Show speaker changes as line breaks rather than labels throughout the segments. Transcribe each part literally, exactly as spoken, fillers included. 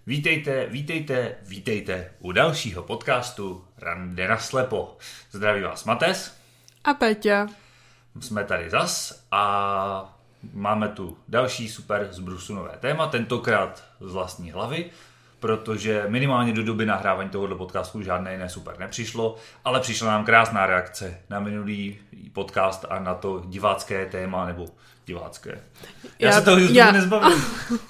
Vítejte, vítejte, vítejte u dalšího podcastu Rande naslepo. Zdraví vás Mates
a Peťa.
Jsme tady zas a máme tu další super zbrusunové téma, tentokrát z vlastní hlavy, protože minimálně do doby nahrávání tohoto podcastu žádné jiné super nepřišlo, ale přišla nám krásná reakce na minulý podcast a na to divácké téma, nebo divácké. Já, já se toho YouTube já... nezbavím.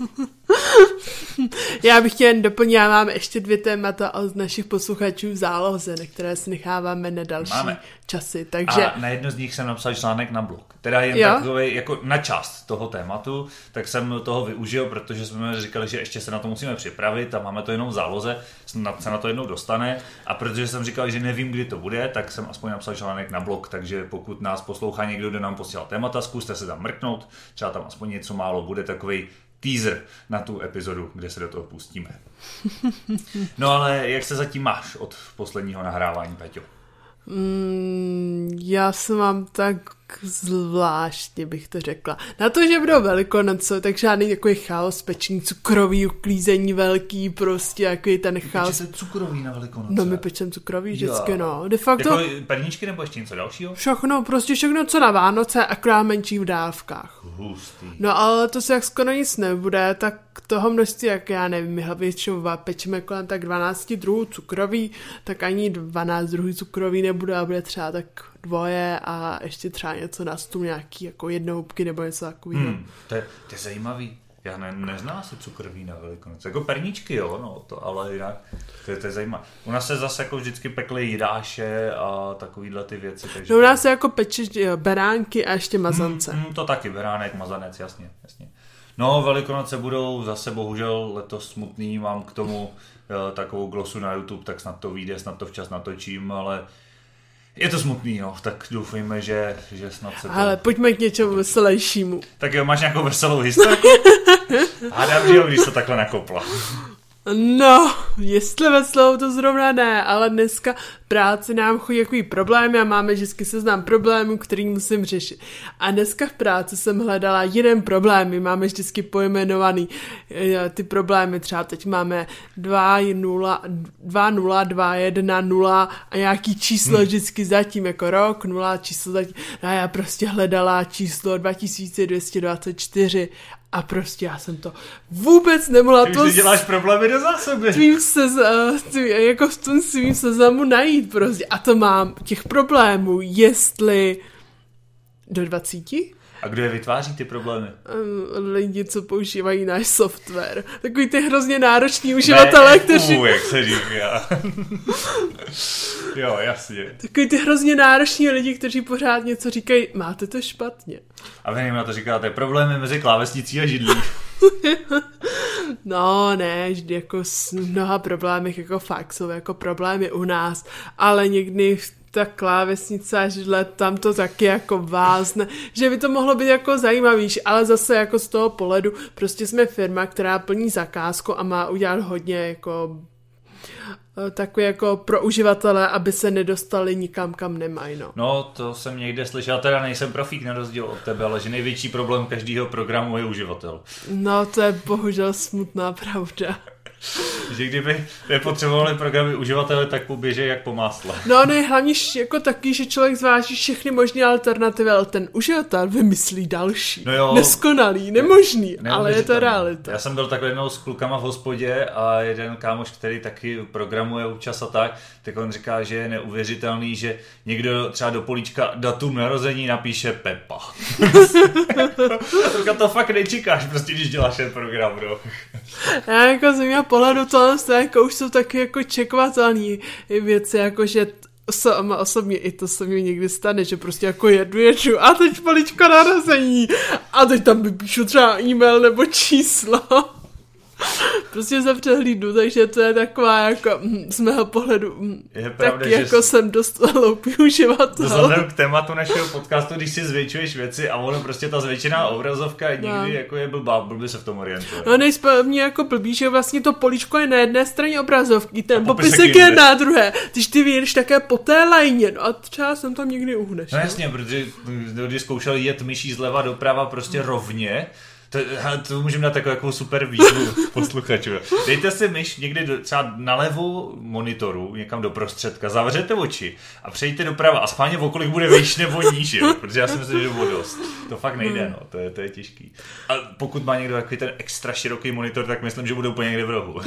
Já bych chtěla jen doplnit, já mám ještě dvě témata od našich posluchačů v záloze, na které si necháváme na další máme. časy. Takže...
A na jedno z nich jsem napsal článek na blog. Teda jen jo? takový, jako na část toho tématu, tak jsem toho využil, protože jsme říkali, že ještě se na to musíme připravit a máme to jenom v záloze, snad se na to jednou dostane. A protože jsem říkal, že nevím, kdy to bude, tak jsem aspoň napsal článek na blog, takže pokud nás poslouchá někdo, kdo nám posílal témata, zkuste se tam mrknout, třeba tam aspoň něco málo bude, takový teaser na tu epizodu, kde se do toho pustíme. No ale jak se zatím máš od posledního nahrávání, Peťo?
Mm, já se mám tak zvláštně, bych to řekla. Na to, že budou Velikonoce, tak žádný takový chaos, pečení cukrový, uklízení velký, prostě jaký ten chaos.
Pečete cukrový na Velikonoce?
No my pečeme cukrový vždycky, jo. no. De facto...
Jako perníčky nebo ještě něco dalšího?
Všechno, prostě všechno, co na Vánoce, akorát menší v dávkách.
Hustý.
No ale to se jak skoro nic nebude, tak toho množství, jak já nevím, my většinou pečeme kolem tak dvanáct druhů cukrový, tak ani dvanáct druhů cukrový nebude a bude třeba tak dvoje a ještě třeba něco na stůl, nějaký jako jednohubky nebo něco takového.
Hmm, to, je, to je zajímavý. Já ne, neznám si cukroví na Velikonoce. Jako perníčky, jo, no, to, ale jinak to je, to je zajímavé. U nás se zase jako vždycky pekly jidáše a takovýhle ty věci. Takže
no u nás se jako peče beránky a ještě mazance.
Hmm, hmm, to taky, beránek, mazanec, jasně, jasně. No, Velikonoce budou zase bohužel letos smutný, mám k tomu jo, takovou glosu na YouTube, tak snad to vyjde, snad to včas natočím, ale je to smutný, no, tak doufejme, že, že snad se to...
Ale pojďme k něčemu veselějšímu.
Tak jo, máš nějakou veselou historku? Hádám, že jo, když to takhle nakopla.
No, jestli veselou, to zrovna ne, ale dneska v práci nám chodí takový problémy a máme vždycky seznam problémů, který musím řešit. A dneska v práci jsem hledala jeden problém, my máme vždycky pojmenovaný ty problémy, třeba teď máme dva nula dva jedna nula a nějaký číslo hmm. vždycky zatím, jako rok, nula, číslo zatím. A já prostě hledala číslo dva tisíce dvě stě dvacet čtyři a prostě já jsem to vůbec nemohla
Ty
to...
Ty děláš problémy do zásoby.
Tvým se, tvým, jako v tom svým seznamu najít prostě. A to mám těch problémů, jestli do dvacíti.
A kdo je vytváří ty problémy?
Um, lidi, co používají náš software. Takový ty hrozně nároční uživatelé, kteří...
jak se říká. Jo, jasně.
Takový ty hrozně nároční lidi, kteří pořád něco říkají, máte to špatně.
A vy na to říkáte, problémy mezi klávesnicí a židlí.
No ne, vždy jako s mnoha problémech, jako fakt jsou jako problémy u nás, ale někdy ta klávesnice a židle, tam to taky jako vázne, že by to mohlo být jako zajímavější, ale zase jako z toho pohledu, prostě jsme firma, která plní zakázku a má udělat hodně jako takový jako pro uživatele, aby se nedostali nikam, kam nemají, no.
No, to jsem někde slyšel, teda nejsem profík na rozdíl od tebe, ale že největší problém každého programu je uživatel.
No, to je bohužel smutná pravda.
Že kdyby nepotřebovali programy uživatele, tak poběží jak po másle.
No, ne, hlavně jako taky, že člověk zváží všechny možné alternativy, ale ten uživatel vymyslí další. No jo, neskonalý, nemožný, ale je to realita.
Já jsem byl takhle jednou s klukama v hospodě a jeden kámoš, který taky programuje občas a tak, tak on říká, že je neuvěřitelný, že někdo třeba do políčka datum narození napíše Pepa. To fakt nečekáš, prostě když děláš ten program, no.
Já jako z mého pohledu tohle jako už jsou taky jako čekovatelné věci, jako že sama osobně i to se mi někdy stane, že prostě jako jedu, jedu a teď poličko narození a teď tam vypíšu třeba e-mail nebo číslo. Prostě se přehlídnu, takže to je taková jako z mého pohledu je pravda, taky jako jsi... jsem dost hloupý uživatel.
Vzhledem k tématu našeho podcastu, když si zvětšuješ věci a ono prostě ta zvětšená obrazovka někdy no. jako je blbá, blbý se v tom orientuje.
No nejspěvně jako blbý, že vlastně to políčko je na jedné straně obrazovky, ten popisek je na druhé, když ty vyjedeš také po té lajně, no a třeba jsem tam někdy uhneš.
No jasně, protože když zkoušeli jet myší zleva doprava prostě rovně, To, to můžeme dát takovou jako super výzvu posluchačů. Dejte si myš někdy do, třeba na levou monitoru, někam do prostředka, zavřete oči a přejďte doprava a schválně o kolik bude výš nebo níž, jo? Protože já si myslím, že bude dost. To fakt nejde, no, to je, to je těžký. A pokud má někdo takový ten extra široký monitor, tak myslím, že bude úplně někde v rohu.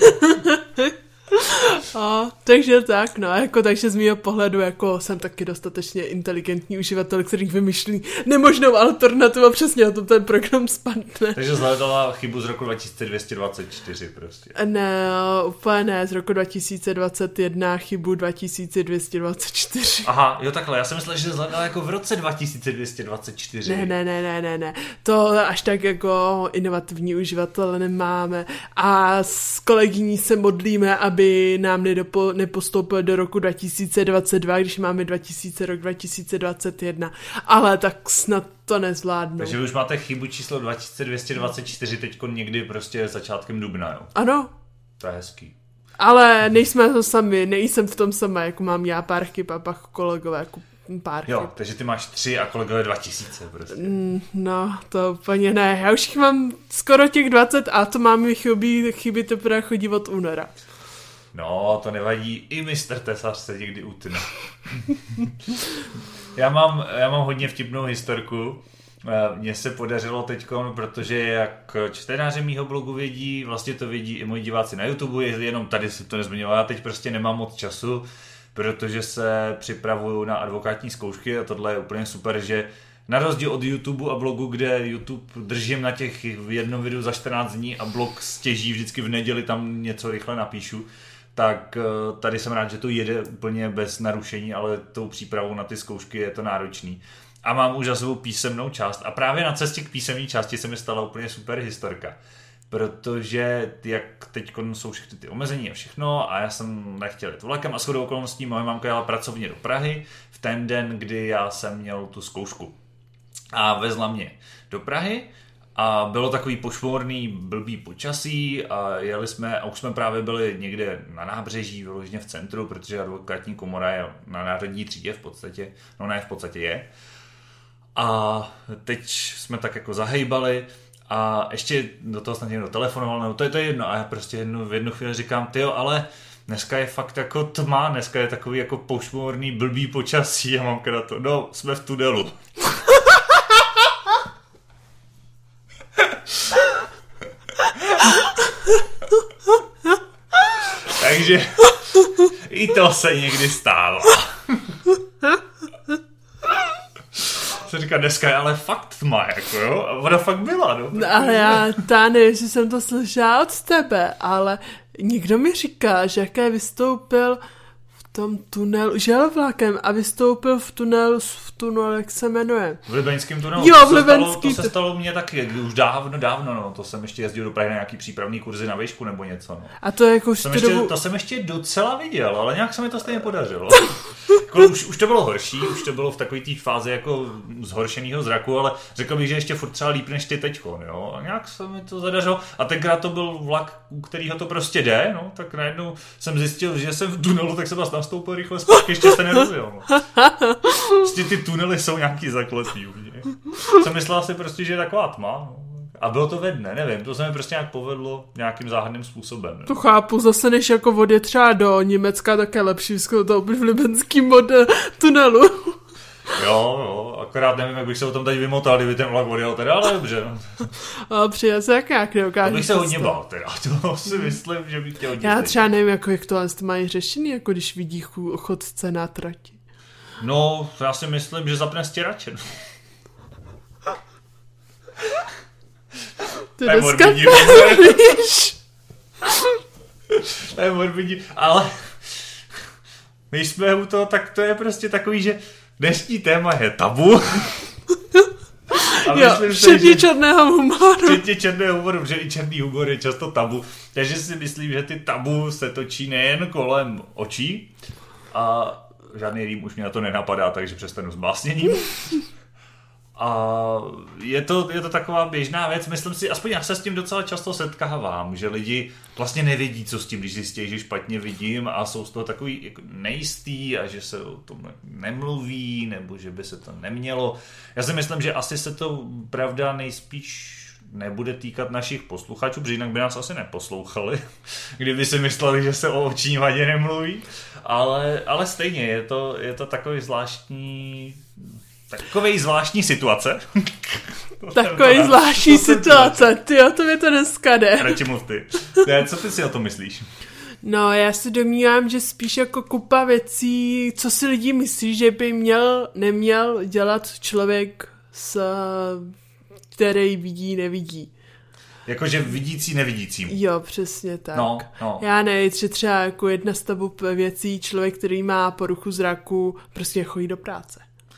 A, takže tak, no, jako takže z mýho pohledu, jako jsem taky dostatečně inteligentní uživatel, který vymýšlí nemožnou alternativu a přesně o tom ten program spadne.
Takže zhledala chybu z roku dva tisíce dvě stě dvacet čtyři prostě.
Ne, úplně ne, z roku dva tisíce dvacet jedna chybu dva tisíce dvě stě dvacet čtyři.
Aha, jo takhle, já jsem myslel, že zhledala jako v roce dva tisíce dvě stě dvacet čtyři.
Ne, ne, ne, ne, ne, ne, to až tak jako inovativní uživatele nemáme a s kolegyní se modlíme, aby nám nedopo, nepostoupil do roku dva tisíce dvacet dva, když máme dva tisíce, rok dva tisíce dvacet jedna, ale tak snad to nezvládnou.
Takže vy už máte chybu číslo dva tisíce dvě stě dvacet čtyři teďko někdy prostě začátkem dubna, jo?
Ano.
To je hezký.
Ale nejsme to sami, nejsem v tom sama, jako mám já pár chyb a pak kolegové jako pár
jo,
chyb.
takže ty máš tři a kolegové dva tisíce prostě.
Mm, no, to úplně ne. Já už mám skoro těch dvacet a to mám chyby, chyby teprve chodí od února.
No, to nevadí, i mistr Tesař se někdy utne. já, mám, já mám hodně vtipnou historku. Mně se podařilo teďkon, protože jak čtenáři mýho blogu vědí, vlastně to vědí i moji diváci na YouTube, jenom tady se to nezmiňoval, já teď prostě nemám moc času, protože se připravuju na advokátní zkoušky a tohle je úplně super, že na rozdíl od YouTube a blogu, kde YouTube držím na těch jednom videu za čtrnáct dní a blog stěží vždycky v neděli tam něco rychle napíšu, tak tady jsem rád, že to jede úplně bez narušení, ale tou přípravou na ty zkoušky je to náročný. A mám už za sebou písemnou část. A právě na cestě k písemné části se mi stala úplně super historka. Protože jak teď jsou všechny ty omezení a všechno a já jsem nechtěl jít vlakem a shodou okolností moje mamka jela pracovně do Prahy v ten den, kdy já jsem měl tu zkoušku. A vezla mě do Prahy a bylo takový pošmorný blbý počasí a jeli jsme a už jsme právě byli někde na nábřeží, vyloženě v centru, protože advokátní komora je na národní třídě v podstatě, no ne v podstatě je. A teď jsme tak jako zahejbali a ještě do toho snad někdo telefonoval, nebo to je to jedno a já prostě jednu, v jednu chvíli říkám, tyjo, ale dneska je fakt jako tma, dneska je takový jako pošmorný blbý počasí a mám na to, no, jsme v tunelu. Takže i to se někdy stává. Se říká, dneska je ale fakt tma, jako jo, a ona fakt byla, no.
No ale já, Tány, že jsem to slyšela od tebe, ale někdo mi říká, že jaké vystoupil v tom tunelu, že jel vlakem a vystoupil v tunelu, v tunelu, jak se jmenuje?
V Libeňském tunelu.
Jo,
v
Libeňský.
To se stalo mně taky, už dávno, dávno, no, to jsem ještě jezdil do Prahy na nějaký přípravný kurzy na výšku nebo něco, no.
A to jako už
jsem
tu
ještě,
dobu...
To jsem ještě docela viděl, ale nějak se mi to stejně podařilo. Jako, už, už to bylo horší, už to bylo v takové té fázi jako zhoršeného zraku, ale řekl bych, že ještě furt třeba líp než ty teďko, jo. A nějak se mi to zadařilo. A tenkrát to byl vlak, u kterého to prostě jde, no, tak najednou jsem zjistil, že jsem v tunelu, tak jsem vás nastoupil rychle zpátky, ještě se nerozjel, no. Prostě ty tunely jsou nějaký zakletý, jsem myslel si prostě, že je taková tma, no. A bylo to ve dne, nevím, to se mi prostě nějak povedlo nějakým záhadným způsobem. Ne?
To chápu, zase než jako vody třeba do Německa, tak je lepší to být v libenským mod tunelu.
Jo, jo, akorát nevím, jak bych se o tom teď vymotal, kdyby ten vlak odjel teda, ale dobře.
A přijel se jak nějak neukážu.
To bych se hodně bál teda, to si myslím, že bych chtěl hodně.
Já třeba nevím, jako, jak to mají řešený, jako když vidí chodce na trati.
No, já si myslím, že zapne stěrače.
Ty dneska víš.
To je morbidní, ale my jsme u toho, tak to je prostě takový, že dnešní téma je tabu. A
jo, včetně černého humoru.
Včetně černého humoru, protože i černý humor je často tabu. Takže si myslím, že ty tabu se točí nejen kolem očí a žádný rým už mě na to nenapadá, takže přestanu s básněním. A je to, je to taková běžná věc, myslím si, aspoň já se s tím docela často setkávám, že lidi vlastně nevědí, co s tím, když zjistí, že špatně vidím a jsou z toho takový jako nejistý a že se o tom nemluví, nebo že by se to nemělo. Já si myslím, že asi se to pravda nejspíš nebude týkat našich posluchačů, protože jinak by nás asi neposlouchali, kdyby si mysleli, že se o oční vadě nemluví, ale, ale stejně je to, je to takový zvláštní takovej zvláštní situace.
Takový zvláštní situace, ty o tom je to dneska jde.
Radši mluv ty. Ne, co ty si o tom myslíš?
No, já si domnívám, že spíš jako kupa věcí, co si lidi myslí, že by měl, neměl dělat člověk, s, který vidí, nevidí.
Jakože vidící nevidícím.
Jo, přesně tak.
No, no.
Já ne, že třeba jako jedna z tabu věcí, člověk, který má poruchu zraku, prostě chodí do práce.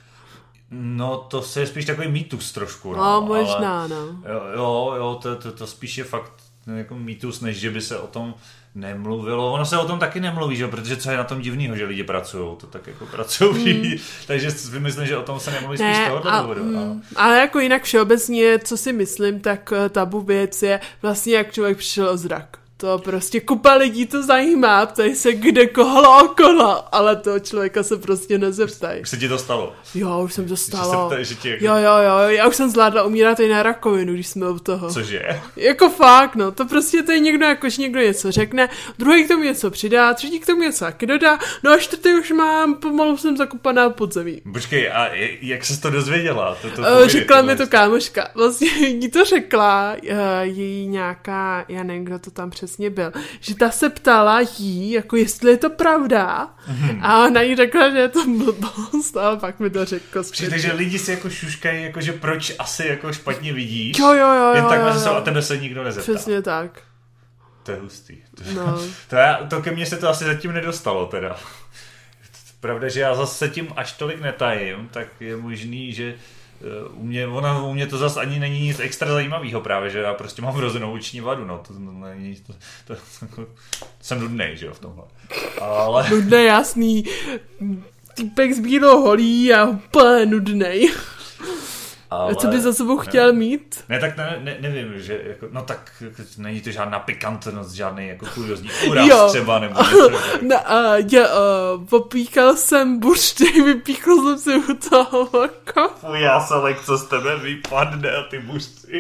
No, to se je spíš takový mýtus trošku. No,
no možná,
ale,
no.
Jo, jo, jo to, to, to spíš je fakt jako mýtus, než že by se o tom nemluvilo. Ono se o tom taky nemluví, že? Protože co je na tom divného, že lidi pracují, to tak jako pracují. Mm. Takže vymyslím, že o tom se nemluví ne, spíš z tohoto důvodu.
Mm, ale jako jinak všeobecně, co si myslím, tak tabu věc je vlastně, jak člověk přišel o zrak. To prostě kupa lidí to zajímá, ptají se kde koho okolo, ale toho člověka se prostě nezeptají.
Už se ti to stalo?
Jo, už jsem to stalo.
Že se ptají, že ti...
Jo, jo, jo, já už jsem zvládla umírat i na rakovinu, když jsme u toho.
Cože?
Jako fakt, no, to prostě to je někdo, jakož někdo něco řekne, druhý k tomu něco přidá, třetí k tomu něco taky dodá, no a čtvrtý už mám, pomalu jsem zakopaná pod zemí.
Počkej, a jak jsi to dozvěděla? To, to
uh, řekla mi to kámoška, vlastně jí to řekla, uh, její nějaká, já nevím, kdo to tam přesně byl, že ta se ptala jí, jako jestli je to pravda, hmm. a ona jí řekla, že je to blbost, ale pak mi to řekl.
Takže lidi si jako šuškají, jako že proč asi jako špatně vidíš,
jo, jo, jo,
jen
jo,
takhle
jo,
se
jo.
a tebe se nikdo nezeptá.
Přesně tak.
To je hustý. To,
no.
to, já, to ke mně se to asi zatím nedostalo teda. Pravda, že já zase tím až tolik netajím, tak je možný, že u mě, ona, u mě to zase ani není nic extra zajímavého právě, že já prostě mám vrozenou oční vadu, no, to, není, to, to, to jsem nudnej, že jo, v tomhle. Ale...
Nudnej, jasný, týpek z bílou holí a úplně nudnej. Ale... Co by za sebou chtěl
ne,
mít?
Ne, tak ne, ne, nevím, že jako, no tak není to žádná pikantnost, žádný jako kuriozní úraz třeba, nebo něco.
No, uh, já uh, popíkal jsem buřty, vypíchl jsem si u toho oko.
Fuj, já Salek, co z tebe vypadne a ty buřty.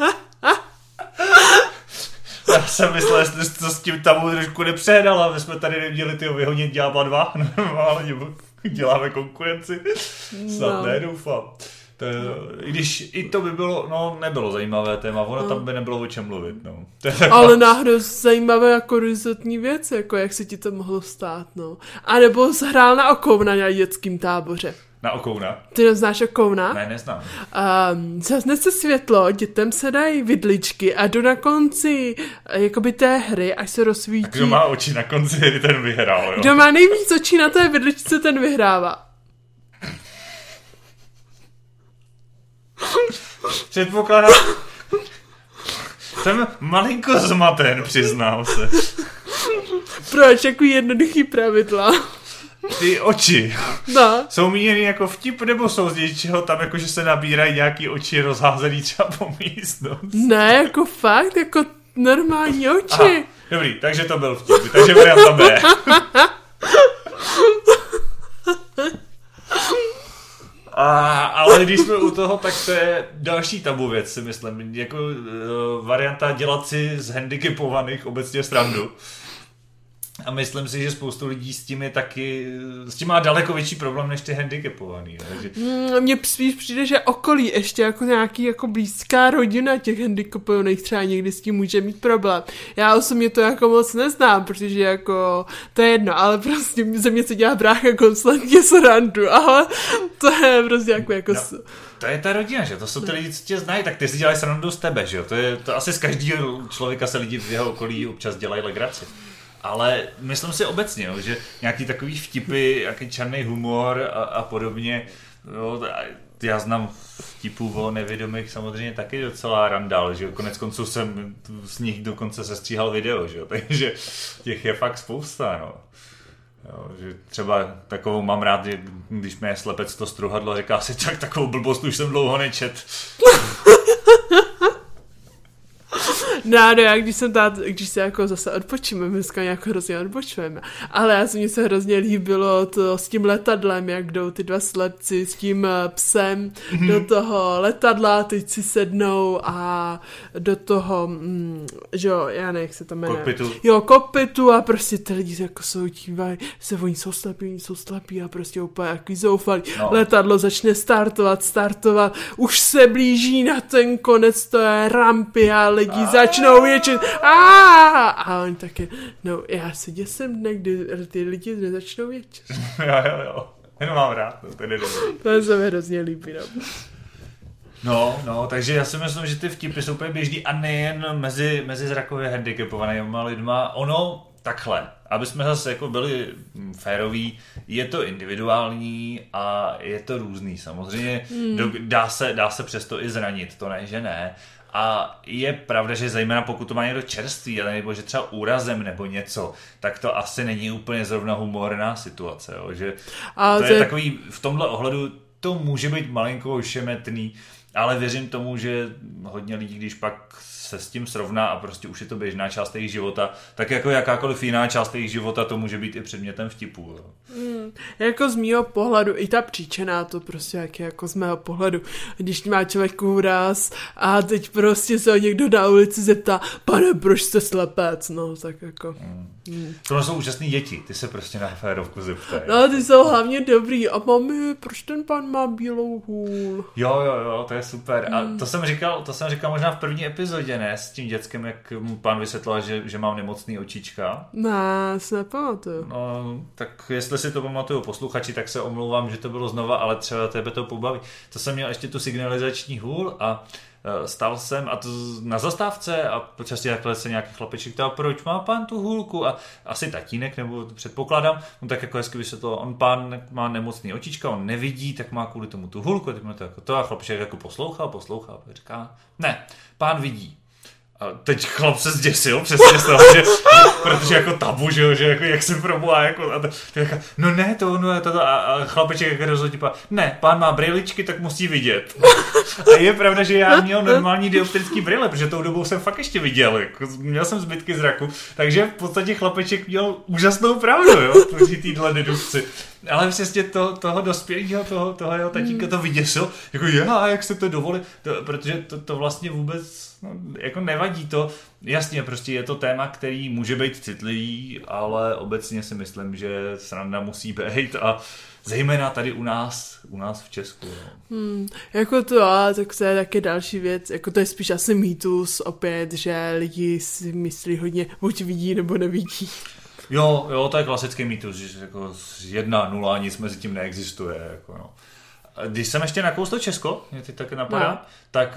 Já jsem myslel, jestli jsi to s tím tabu trošku nepřehnala, my jsme tady neměli tyho vyhodnit Ďábla dva, normálně děláme konkurenci. Snad no. Ne, doufám. To, i když i to by bylo, no nebylo zajímavé téma, ono no. Tam by nebylo o čem mluvit, no. To je taková...
Ale náhodou zajímavé jako rizotní věc, jako jak se ti to mohlo stát, no. A nebo zhrál na okouna na dětským táboře.
Na okouna?
Ty neznáš okouna?
Ne, neznám.
Um, zasne se světlo, dětem se dají vidličky a jdu na konci jakoby té hry, až se rozsvítí.
A kdo má oči na konci hry, ten vyhrál, jo?
Kdo má nejvíc očí na té vidličce, ten vyhrává.
Předpokládám... Jsem malinko zmaten, přiznám se.
Proč? Jaký jednoduchý pravidla?
Ty oči.
No.
Jsou míněny jako vtip, nebo jsou z něčeho tam, jako že se nabírají nějaký oči rozházený třeba po místnosti?
Ne, jako fakt, jako normální oči.
Aha, dobrý, takže to byl vtip. Takže varianta B. A, ale když jsme u toho, tak to je další tabu věc, si myslím. Jako uh, varianta dělat si z handicapovaných obecně srandu. A myslím si, že spoustu lidí s tím je taky, s tím má daleko větší problém než ty handicapovaný. Takže...
Mně spíš přijde, že okolí ještě jako nějaký jako blízká rodina těch handicapovaných třeba někdy s tím může mít problém. Já osobně to jako moc neznám, protože jako to je jedno, ale prostě ze mě se dělá brácha konstantně srandu, ale to je prostě jako jako...
No. To je ta rodina, že? To jsou ty lidi, co tě znají, tak ty si dělají srandu z tebe, že jo? To je to asi z každého člověka se lidi v jeho okolí občas dělají legraci. Ale myslím si obecně, jo, že nějaký takový vtipy, nějaký černý humor a, a podobně, jo, já znám vtipů o nevědomých samozřejmě taky docela randál, že jo, konec konců jsem z nich dokonce sestříhal video, že jo, takže těch je fakt spousta, no. Jo, že třeba takovou mám rád, že když mě slepec to struhadlo, říká si, tak takovou blbost už jsem dlouho nečet.
No, no, já když jsem tady, když se jako zase odpočíme, my dneska nějak hrozně odpočujeme, ale já se mně se hrozně líbilo to s tím letadlem, jak jdou ty dva slepci s tím psem mm-hmm. do toho letadla, teď si sednou a do toho, mm, že jo, já ne, jak se to jmenuje.
Kokpitu.
Jo, kokpitu a prostě ty lidi jako jsou dívají, se oni jsou slepí, oni jsou slepí a prostě úplně jaký zoufalí. No. Letadlo začne startovat, startovat, už se blíží na ten konec, to je rampy a lidi začnou věčit. A oni taky, no já se děsím dne, kdy ty lidi nezačnou věčit.
Jo, jo, jo. Jenom mám rád. To, to,
to se mi hrozně líbí. No.
No, no, takže já si myslím, že ty vtipy jsou úplně běžný a nejen mezi, mezi zrakově handicapovanými lidma. Ono takhle, aby jsme zase jako byli féroví, je to individuální a je to různý. Samozřejmě hmm. dá se, dá se přesto i zranit, to ne, že ne. A je pravda, že zejména pokud to má někdo čerstvý, nebo že třeba úrazem nebo něco, tak to asi není úplně zrovna humorná situace. Jo? Že a to je takový, v tomhle ohledu to může být malinko ošemetný, ale věřím tomu, že hodně lidí, když pak se s tím srovná a prostě už je to běžná část jejich života, tak jako jakákoliv jiná část jejich života to může být i předmětem vtipu.
Mm, jako z mýho pohledu, i ta příčina, to prostě jak je jako z mého pohledu, když má člověk úraz a teď prostě se ho někdo na ulici zeptá, pane, proč jste slepec, no tak jako... Mm.
Mm. Tohle jsou úžasný děti, ty se prostě na férovku zeptají.
No, ty jsou hlavně dobrý. A mami, proč ten pan má bílou hůl?
Jo, jo, jo, to je super. Mm. A to jsem říkal, to jsem říkal možná v první epizodě, ne? S tím dětskem, jak mu pán vysvětloval, že, že mám nemocný očička.
Ne, se nepamatuju.
No, tak jestli si to pamatuju posluchači, tak se omlouvám, že to bylo znova, ale třeba tebe to pobaví. To jsem měl ještě tu signalizační hůl a stál jsem a to na zastávce a počasí takhle se nějaký chlapeček ptal, proč má pán tu hůlku a asi tatínek, nebo předpokládám, on tak jako hezky vysvětloval, on pán má nemocný očička, on nevidí, tak má kvůli tomu tu hůlku, tak má to jako to a chlapeček jako poslouchal, poslouchal a říká, ne, pán vidí. A teď chlap se zděsil přesně z toho, že, protože jako tabu, že, že jako, jak se probuje, jako, a to, to jako, no ne, to ono je toto, a, a chlapeček jako rozhodně, ne, pán má brýličky, tak musí vidět. A je pravda, že já měl normální dioptrický brýle, protože tou dobou jsem fakt ještě viděl, jako, měl jsem zbytky zraku, takže v podstatě chlapeček měl úžasnou pravdu, jo, proti týhle dedukci. Ale přesně to, toho dospělého, toho, toho jeho tatínka to vyděsil, jako já, jak se to dovolí, to, protože to, to vlastně vůbec no, jako nevadí to. Jasně, prostě je to téma, který může být citlivý, ale obecně si myslím, že sranda musí být a zejména tady u nás, u nás v Česku. No.
Hmm, jako to, a tak to je taky další věc, jako to je spíš asi mýtus opět, že lidi si myslí hodně, buď vidí nebo nevidí.
Jo, jo, to je klasický mýtus, že jako jedna nula, nic mezi tím neexistuje. Jako no. Když jsem ještě nakousl Česko, mě teď taky napadá, no. tak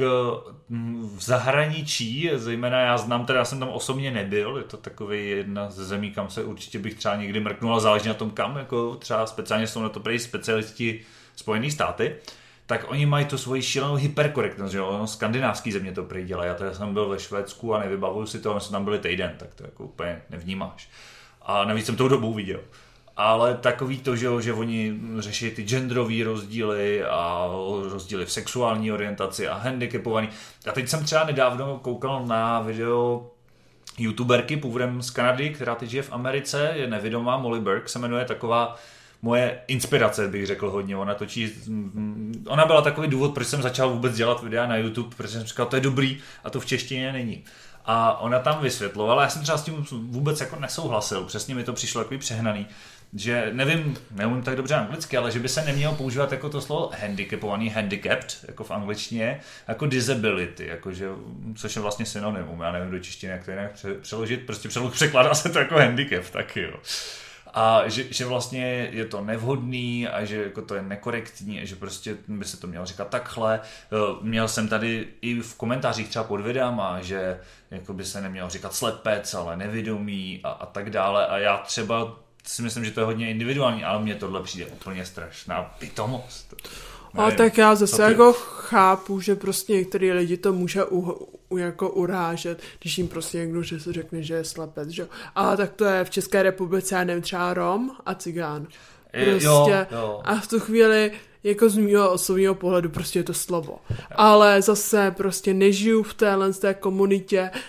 v zahraničí, zejména já znám, teda já jsem tam osobně nebyl, je to takový jedna ze zemí, kam se určitě bych třeba někdy mrknul, ale záleží na tom kam, jako třeba speciálně jsou na to prý specialisti Spojených státy, tak oni mají tu svoji šílenou hyperkorektnost, že jo, no, skandinávský země to prý dělají, já teda jsem byl ve Švédsku a nevybavuju si to, ale jsme tam byli týden, tak to jako úplně nevnímáš. A navíc jsem tou dobou viděl. Ale takový to, že, že oni řeší ty genderový rozdíly a rozdíly v sexuální orientaci a handicapovaný. A teď jsem třeba nedávno koukal na video youtuberky původem z Kanady, která teď žije v Americe, je nevidomá, Molly Burke se jmenuje, taková moje inspirace, bych řekl hodně. Ona točí, ona byla takový důvod, proč jsem začal vůbec dělat videa na YouTube, protože jsem říkal, to je dobrý a to v češtině není. A ona tam vysvětlovala, já jsem třeba s tím vůbec jako nesouhlasil, přesně mi to přišlo takový přehnaný, že nevím, neumím tak dobře anglicky, ale že by se nemělo používat jako to slovo handicapovaný, handicapped, jako v angličtině, jako disability, jakože, což je vlastně synonymum, já nevím do češtiny, jak to jinak přeložit, prostě překládá se to jako handicap taky, jo. A že, že vlastně je to nevhodný a že jako to je nekorektní a že prostě by se to mělo říkat takhle. Měl jsem tady i v komentářích třeba pod videama, že jako by se nemělo říkat slepec, ale nevědomý a, a tak dále. A já třeba si myslím, že to je hodně individuální, ale mně tohle přijde úplně strašná pitomost.
A tak já zase jako chápu, že prostě některý lidi to může u, u, jako urážet, když jim prostě někdo že se řekne, že je slepec, že? Ale tak to je v České republice, já nevím, třeba Rom a Cigán. Prostě. Jo, jo. A v tu chvíli jako z mýho osobního pohledu prostě je to slovo. Ale zase prostě nežiju v téhle z té komunitě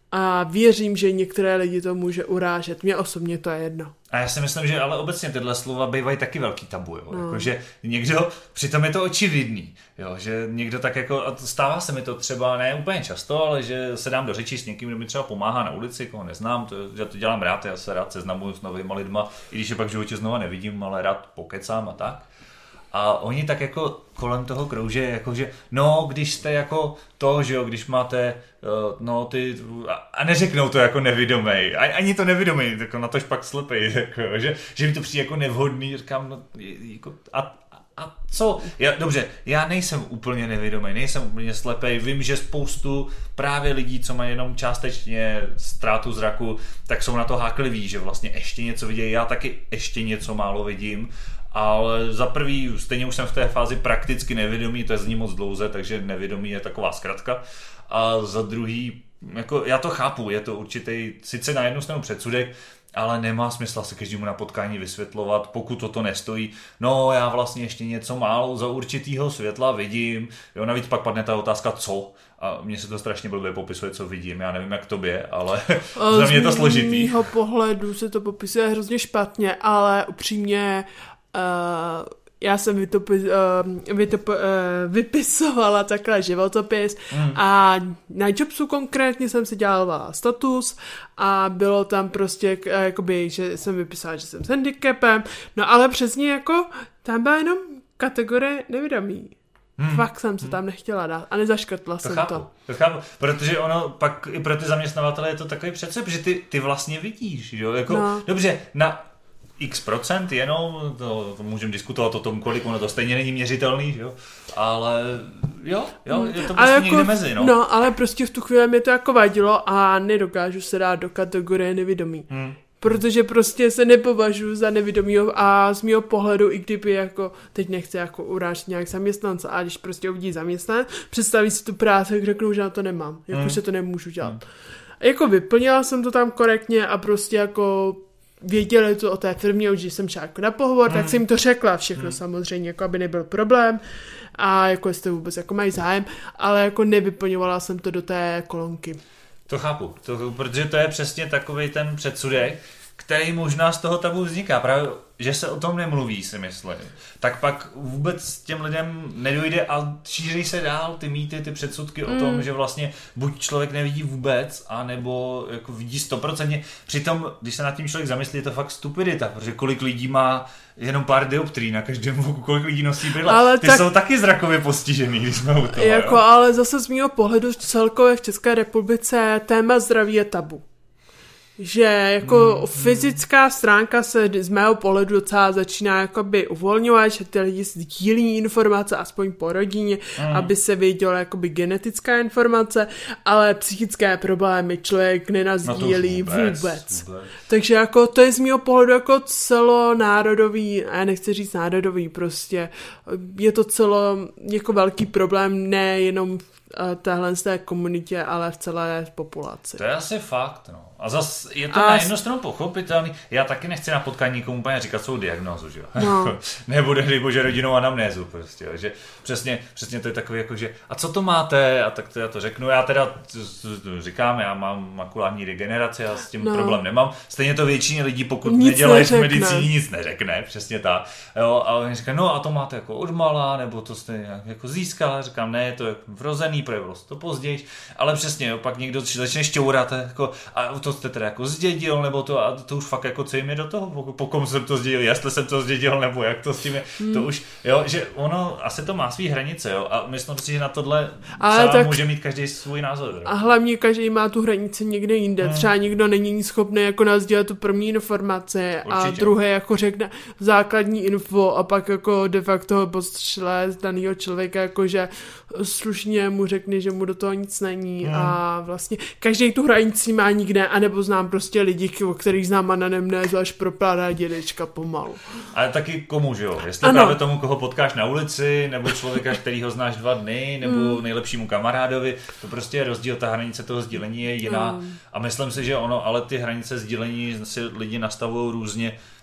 a věřím, že některé lidi to může urážet. Mně osobně to je jedno.
A já si myslím, že ale obecně tyhle slova bývají taky velký tabu, jo? No. Jako, že někdo, přitom je to očividný, jo? Že někdo tak jako, a stává se mi to třeba ne úplně často, ale že se dám do řeči s někým, kdo mi třeba pomáhá na ulici, koho neznám, to, já to dělám rád, já se rád seznamuju s novýma lidma, i když je pak v životě znova nevidím, ale rád pokecám a tak. A oni tak jako kolem toho krouže, jakože, no, když jste jako to, že jo, když máte, no, ty, a neřeknou to jako nevědomej, ani to nevědomej, jako na tož pak slepej, jako, že, že mi to přijde jako nevhodný, říkám, no, jako, a, a co? Já, dobře, já nejsem úplně nevědomý, nejsem úplně slepej, vím, že spoustu právě lidí, co mají jenom částečně ztrátu zraku, tak jsou na to hákliví, že vlastně ještě něco vidějí, já taky ještě něco málo vidím. Ale za prvý, stejně už jsem v té fázi prakticky nevědomý, to je zní moc dlouze, takže nevědomý je taková zkratka. A za druhý, jako já to chápu, je to určitý, sice na jednu stranu předsudek, ale nemá smysl se každému na potkání vysvětlovat, pokud toto nestojí. No, já vlastně ještě něco málo za určitýho světla vidím. Jo, navíc pak padne ta otázka, co? A mně se to strašně blbě popisuje, co vidím. Já nevím, jak tobě, ale za mě je to složitý. Z mýho
pohledu se to popisuje hrozně špatně, ale upřímně Uh, já jsem vytopi, uh, vytop, uh, vypisovala takhle životopis mm. a na Jobsu konkrétně jsem si dělala status a bylo tam prostě, uh, jakoby, že jsem vypisala, že jsem s handicapem, no ale přesně jako tam byla jenom kategorie nevědomí. Hmm. Fakt jsem se hmm. tam nechtěla dát a nezaškrtla to jsem
chápu,
to.
To chápu, protože ono pak i pro ty zaměstnavatele je to takový přecep, že ty, ty vlastně vidíš, jo, jako, no. Dobře, na x procent jenom, to, to můžeme diskutovat o tom, kolik ono to stejně není měřitelný, jo? Ale jo, jo, je to prostě jako, někde mezi, no.
No, ale prostě v tu chvíli mi to jako vadilo a nedokážu se dát do kategorie nevědomí. Hmm. Protože prostě se nepovažuji za nevědomýho a z mýho pohledu, i kdyby jako, teď nechci jako urážet nějak zaměstnance, a když prostě uvidí zaměstnanec, představí si tu práci, tak řeknu, že na to nemám, jako hmm. že to nemůžu dělat. Hmm. Jako vyplnila jsem to tam korektně a prostě jako věděli to o té firmě, už když jsem šla jako na pohovor, mm. tak jsem jim to řekla všechno mm. samozřejmě, jako aby nebyl problém a jako jestli vůbec jako mají zájem, ale jako nevyplňovala jsem to do té kolonky.
To chápu, to, protože to je přesně takovej ten předsudek, který možná z toho tabu vzniká, právě, že se o tom nemluví, si myslím. Tak pak vůbec těm lidem nedojde a šíří se dál ty mýty, ty předsudky mm. o tom, že vlastně buď člověk nevidí vůbec, anebo jako vidí stoprocentně. Přitom, když se nad tím člověk zamyslí, je to fakt stupidita, protože kolik lidí má jenom pár dioptrií na každém oku, kolik lidí nosí brýle. Ale ty tak, jsou taky zrakově postižený, když jsme u toho.
Jako, ale zase z mýho pohledu celkově v České republice téma zdraví je tabu. Že jako mm, fyzická mm. stránka se z mého pohledu docela začíná jakoby uvolňovat, že ty lidi sdílí informace aspoň po rodině, mm. aby se vědělo jakoby genetická informace, ale psychické problémy člověk nenazdílí no vůbec, vůbec. vůbec. Takže jako to je z mého pohledu jako celonárodový, já nechci říct národový, prostě je to celo jako velký problém, nejenom téhle z té komunitě, ale v celé populaci.
To je asi fakt, no. A zase je to a na jednu stranu pochopitelný. Já taky nechci na potkání nikomu úplně říkat svou diagnózu, že jo. No. Nebude, dej bože, rodinou anamnézu prostě, jo? Že přesně, přesně to je takový jako, že a co to máte? A tak to já to řeknu. Já teda říkám, já mám makulární degeneraci a s tím no. problém nemám. Stejně to většině lidí, pokud nic nedělají v medicíně, nic neřekne, přesně tak. Jo, a oni říkají, no a to máte jako odmala, nebo to jste nějak jako získala. Říkám, ne, to je vrozený, projevilo se to později, ale přesně, jo, pak někdo začne šťourat jako, a to jste teda jako zdědil, nebo to, a to už fakt jako co jim je do toho, po, po kom jsem to zdědil, jestli jsem to zdědil, nebo jak to s tím je, hmm. to už, jo, že ono, asi to má svý hranice, jo, a myslím si, že na tohle sám tak, může mít každý svůj názor. Jo.
A hlavně každý má tu hranici někde jinde, hmm. třeba někdo není schopný jako nás dělat tu první informaci a druhý jako řekne základní info a pak jako de facto pošle z daného člověka, jako že slušně mu řekne, že mu do toho nic není hmm. a vlastně každý tu hranici má nikde, anebo znám prostě lidi, o kterých znám anamnézu až propadá dědečka pomalu.
Ale taky komu, že jo? Jestli ano. právě tomu, koho potkáš na ulici, nebo člověka, kterýho znáš dva dny, nebo hmm. nejlepšímu kamarádovi, to prostě je rozdíl, ta hranice toho sdílení je jiná hmm. a myslím si, že ono, ale ty hranice sdílení si lidi nastavují různě.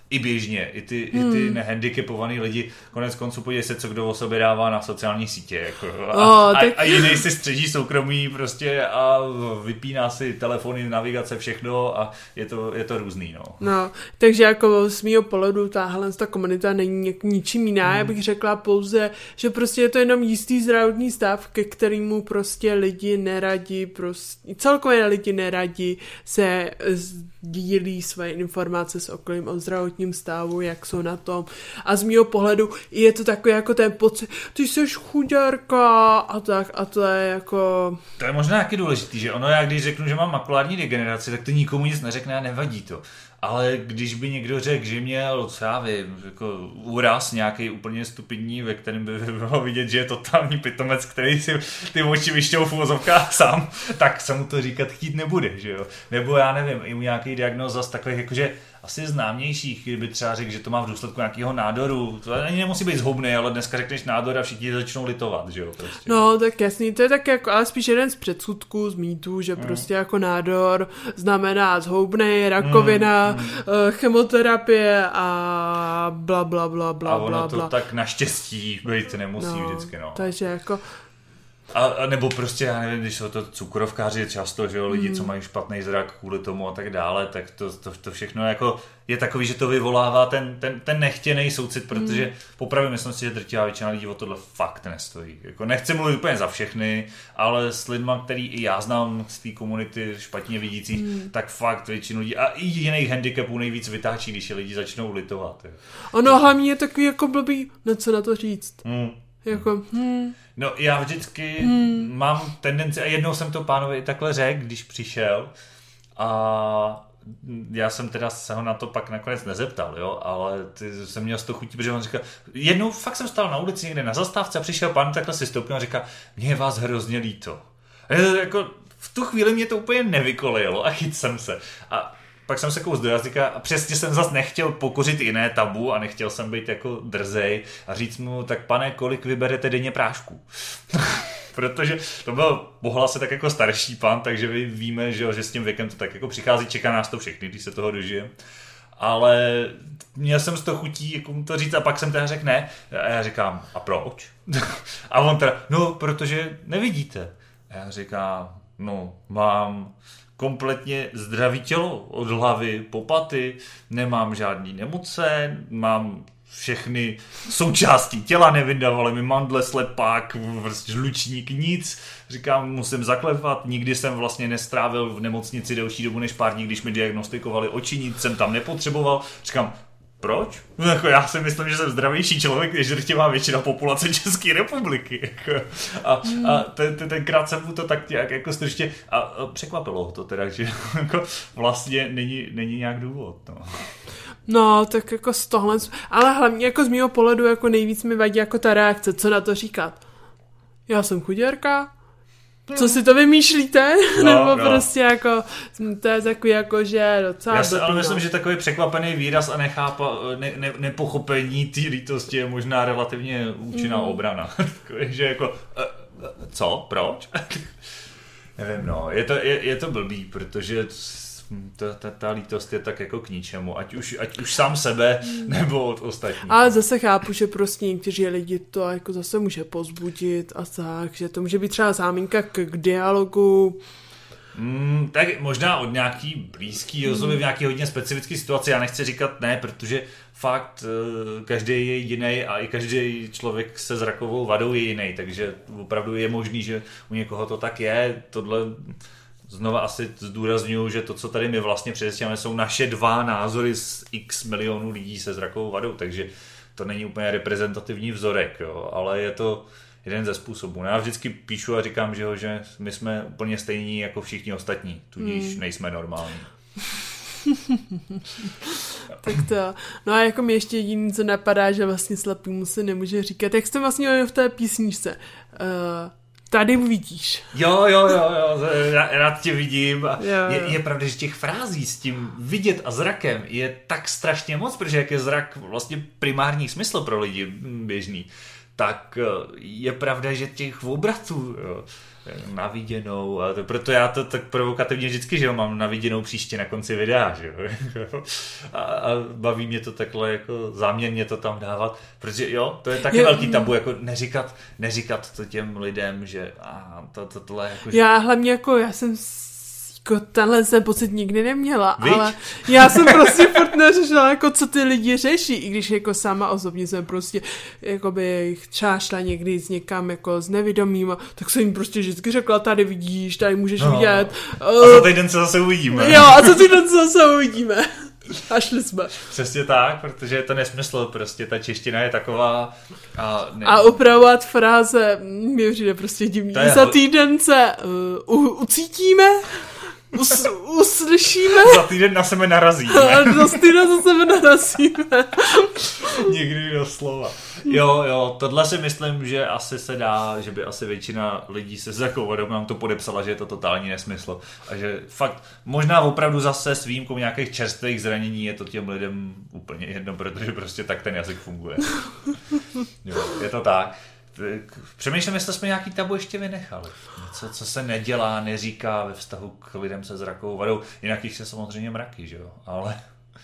i běžně, i ty, hmm. i ty nehandicapovaný lidi, konec konců podívej se, co kdo o sobě dává na sociální sítě, jako, a, oh, tak... a, a jiný si střeží soukromí prostě a vypíná si telefony, navigace, všechno a je to, je to různý, no.
No, takže jako z mýho pohledu tahle ta komunita není ničím jiná, hmm. já bych řekla pouze, že prostě je to jenom jistý zdravotní stav, ke kterému prostě lidi neradí, prostě celkově lidi neradí se sdílí své informace s okolím o zdravotním stavu, jak jsou na tom. A z mýho pohledu je to takový jako ten pocit, ty jsi chuďarka a tak a to je jako...
To je možná taky důležitý, že ono, já když řeknu, že mám makulární degeneraci, tak to nikomu nic neřekne a nevadí to. Ale když by někdo řekl, že měl, co já vím, jako úraz nějaký úplně stupidní, ve kterém by bylo vidět, že je totální pitomec, který si ty oči vyšťou v uvozovkách sám, tak se mu to říkat chtít nebude, že jo. Nebo já nevím, i u nějakých diagnóz zase takových jakože asi známějších, kdyby třeba řekl, že to má v důsledku nějakého nádoru. To ani nemusí být zhoubný, ale dneska řekneš nádor a všichni začnou litovat, že jo. Prostě.
No, tak jasný, to je tak jako, ale spíš jeden z předsudků, z mýtů, že mm. prostě jako nádor znamená zhoubný, rakovina, mm. Mm. chemoterapie a bla bla bla bla
a ono
bla,
to
bla.
tak naštěstí být nemusí no, vždycky, no.
Takže jako...
A, a nebo prostě, já nevím, když jsou to cukrovkáři často, že jo, lidi, mm. co mají špatný zrak kvůli tomu a tak dále, tak to, to, to všechno jako je takový, že to vyvolává ten, ten, ten nechtěný soucit, protože mm. popravdě myslím si, že drtivá většina lidí o tohle fakt nestojí. Jako nechci mluvit úplně za všechny, ale s lidma, který i já znám z té komunity špatně vidících, mm. tak fakt většinu lidí a i jiných handicapů nejvíc vytáčí, když je lidi začnou litovat.
Ono hlavně je takový jako blbý, na co na to říct.
Mm.
Jako, hmm.
No já vždycky hmm. mám tendenci, a jednou jsem to pánovi i takhle řekl, když přišel a já jsem teda se ho na to pak nakonec nezeptal, jo, ale ty jsem měl z toho chutí, protože on říkal, jednou fakt jsem stál na ulici někde na zastávce a přišel pán, takhle si stoupil a říkal, mně je vás hrozně líto. A jako v tu chvíli mě to úplně nevykolejilo a chyt jsem se. A pak jsem se kouz do jazyka a přesně jsem zas nechtěl pokořit jiné tabu a nechtěl jsem být jako drzej a říct mu, tak pane, kolik vyberete denně prášků? Protože to byl pohlase tak jako starší pán, takže my víme, že, že s tím věkem to tak jako přichází, čeká nás to všechny, když se toho dožije. Ale měl jsem z toho chutí jako mu to říct a pak jsem teda řekl ne. A já říkám, a proč? A on teda, no, protože nevidíte. A já říkám, no, mám kompletně zdravý tělo od hlavy po paty, nemám žádný nemoce, mám všechny součástí těla, nevydávali mi mandle, slepák, žlučník, nic. Říkám, musím zaklepat, nikdy jsem vlastně nestrávil v nemocnici delší dobu než pár dní, když mi diagnostikovali oči, nic jsem tam nepotřeboval. Říkám, proč? No, jako já si myslím, že jsem zdravější člověk, než drtivá většina populace České republiky. A, a ten, ten, tenkrát jsem mu to tak nějak jako stručně a, a překvapilo ho to teda, že jako vlastně není, není nějak důvod. No.
No, tak jako z tohle, ale hlavně jako z mýho pohledu jako nejvíc mi vadí jako ta reakce, co na to říkat. Já jsem chuděrka, co si to vymýšlíte? No, nebo no. Prostě jako, to je takový jako, že docela...
Já se, ale myslím, že takový překvapený výraz a nechápa, ne, ne, nepochopení té lítosti je možná relativně účinná mm. obrana. Že jako, co? Proč? Nevím, no, je to, je, je to blbý, protože ta, ta, ta lítost je tak jako k ničemu, ať už, ať už sám sebe, nebo od ostatních.
Ale zase chápu, že prostě někteří lidi to jako zase může pozbudit a tak, že to může být třeba záminka k, k dialogu.
Mm, tak možná od nějaký blízký osoby mm. v nějaký hodně specifické situaci, já nechci říkat ne, protože fakt každý je jiný a i každý člověk se zrakovou vadou je jiný, takže opravdu je možný, že u někoho to tak je, tohle... Znova asi zdůrazňuji, že to, co tady my vlastně představíme, jsou naše dva názory z x milionů lidí se zrakovou vadou, takže to není úplně reprezentativní vzorek, jo, ale je to jeden ze způsobů. Já vždycky píšu a říkám, že, jo, že my jsme úplně stejní jako všichni ostatní, tudíž hmm. nejsme normální.
Tak to. No a jako mi ještě jediný, co napadá, že vlastně slepýmu se nemůže říkat, jak jste vlastně v té písničce. Uh, Tady uvidíš.
Jo, jo, jo, jo, rád tě vidím. A je, je pravda, že těch frází s tím vidět a zrakem je tak strašně moc, protože jak je zrak vlastně primární smysl pro lidi běžný, tak je pravda, že těch obratů na viděnou, a to, proto já to tak provokativně vždycky, že jo, mám na viděnou příště na konci videa, že jo, a, a baví mě to takhle jako záměrně to tam dávat, protože jo, to je taky jo, velký tabu, jako neříkat, neříkat to těm lidem, že a to, to, tohle jako... Že...
Já hlavně jako, já jsem jako tenhle jsem pocit nikdy neměla, Víč? Ale já jsem prostě furt neřešila, jako co ty lidi řeší, i když jako sama osobně jsem prostě jakoby čášla někdy s někam jako s nevědomým, tak jsem jim prostě vždycky řekla, tady vidíš, tady můžeš no. vidět.
A za týden se zase uvidíme.
Jo, a za týden se zase uvidíme. A šli jsme.
Přesně tak, protože je to nesmysl, prostě ta čeština je taková... A, ne...
a upravovat fráze, mě přijde prostě divný. Za týden se uh, u, ucítíme, Us, uslyšíme.
Za týden na sebe narazíme.
Za týden na sebe narazíme.
Někdy doslova. Jo, jo, tohle si myslím, že asi se dá, že by asi většina lidí se zakovodou nám to podepsala, že je to totální nesmysl. A že fakt, možná opravdu zase s výjimkou nějakých čerstvých zranění je to těm lidem úplně jedno, protože prostě tak ten jazyk funguje. Jo, je to tak. Přemýšlím, jestli jsme nějaký tabu ještě vynechali. Něco, co se nedělá, neříká ve vztahu k lidem se zrakovou vadou. Jinak jich se samozřejmě mraky, že jo? Ale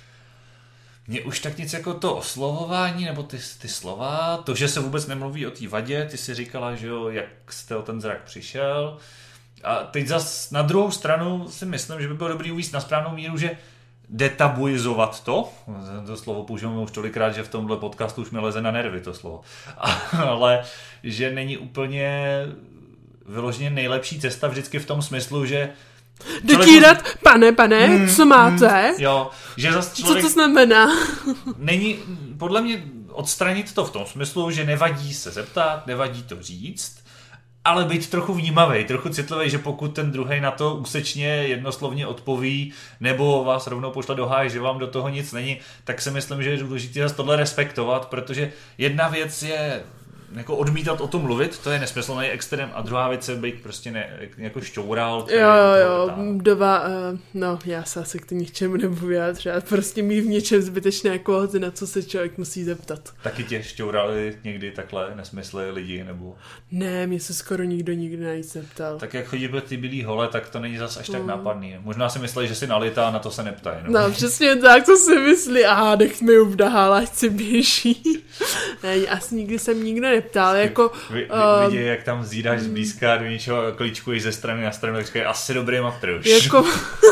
mě už tak nic jako to oslovování, nebo ty, ty slova, to, že se vůbec nemluví o té vadě, ty si říkala, že jo, jak jste o ten zrak přišel. A teď zas na druhou stranu si myslím, že by bylo dobrý uvíct na správnou míru, že detabuizovat to, to slovo používáme už tolikrát, že v tomhle podcastu už mi leze na nervy to slovo, ale že není úplně vyloženě nejlepší cesta vždycky v tom smyslu, že
dotírat, mu... pane, pane, hmm, co máte?
Hmm, jo, že zas člověk...
Co to znamená?
Není, podle mě odstranit to v tom smyslu, že nevadí se zeptat, nevadí to říct, ale být trochu vnímavý, trochu citlivý, že pokud ten druhej na to úsečně jednoslovně odpoví, nebo vás rovnou pošle do háje, že vám do toho nic není, tak si myslím, že je důležité zase tohle respektovat, protože jedna věc je jako odmítat o tom mluvit, to je nesmyslný extrém, a druhá věc je být prostě ne, jako šťoural.
Jo, jo, jo, dova, uh, no já se asi k tomu ničemu nebudu vyjádřit, prostě mít v něčem zbytečné kvóty, na co se člověk musí zeptat.
Taky tě šťourali někdy takhle nesmysly lidi, nebo?
Ne, mě se skoro nikdo nikdy na nic neptal.
Tak jak chodí ty bílý hole, tak to není zas až tak mm. nápadný. Možná si mysleli, že si nalitá a na to se neptají.
No, no přesně tak, co si myslí, aha, nech mi vdahá, ať si běží. Ne, asi nikdy jsem nikdo neptal, jako...
Vy, vy,
um,
vidí, jak tam zídáš zblízka do něčeho a klíčkuješ ze strany na stranu, tak říkají, asi dobrý matruš.
Jako,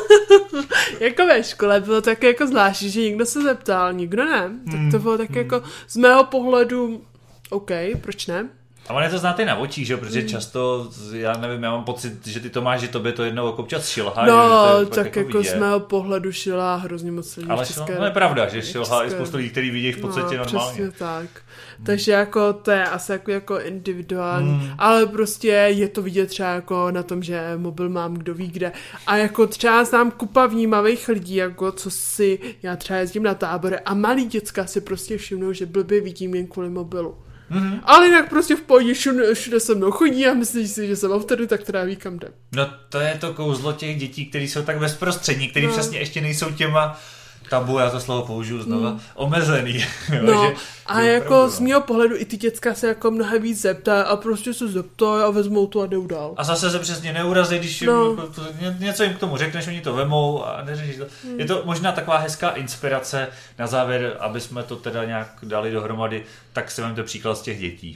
jako ve škole bylo tak jako zvláštní, že někdo se zeptal, nikdo ne. Tak to bylo tak jako z mého pohledu, OK, proč ne?
A on je to znáte na očích, že? Protože často, já nevím, já mám pocit, že ty to máš, že tobě to jednou občas šilhá.
No, tak jako, jako z mého pohledu šilhá hrozně moc lidí.
Ale šilhá, no je pravda, že šilhá i spoustu lidí, který vidí v podstatě no, normálně.
Přesně tak. Hmm. Takže jako to je asi jako, jako individuální, hmm. ale prostě je to vidět třeba jako na tom, že mobil mám kdo ví kde. A jako třeba znám kupa vnímavých lidí, jako co si, já třeba jezdím na tábory a malí děcka si prostě všimnou, že blbě vidím jen kvůli mobilu. Mm-hmm. Ale jinak prostě v pohodě všude, všude se mnou chodí a myslí si, že jsem autor, tak tráví kam jdem.
No to je to kouzlo těch dětí, které jsou tak bezprostřední, které no. přesně ještě nejsou těma tabu, já to slovo použiju znova, mm. omezený.
No
že,
a
že
jako
opravdu,
z mého pohledu i ty děcka se jako mnohem víc zeptají a prostě se zeptají a vezmou to a jdou dál.
A zase se přesně neurazí, když
no.
jim, to, něco jim k tomu řekneš, oni to vemou a neřešíš to. Mm. Je to možná taková hezká inspirace na závěr, aby jsme to teda nějak dali dohromady, tak si vemte příklad z těch dětí.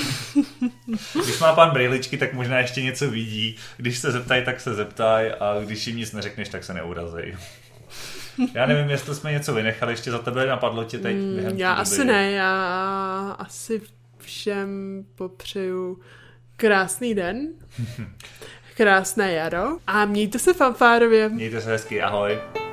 Když má pán brejličky, tak možná ještě něco vidí, když se zeptají, tak se zeptají a když jim nic neřekneš, tak se neurazí. Já nevím, jestli jsme něco vynechali, ještě za tebe napadlo tě teď
mm,
během
Já asi doby. ne, já asi všem popřeju krásný den, krásné jaro a mějte se fanfárově.
Mějte se hezky, ahoj.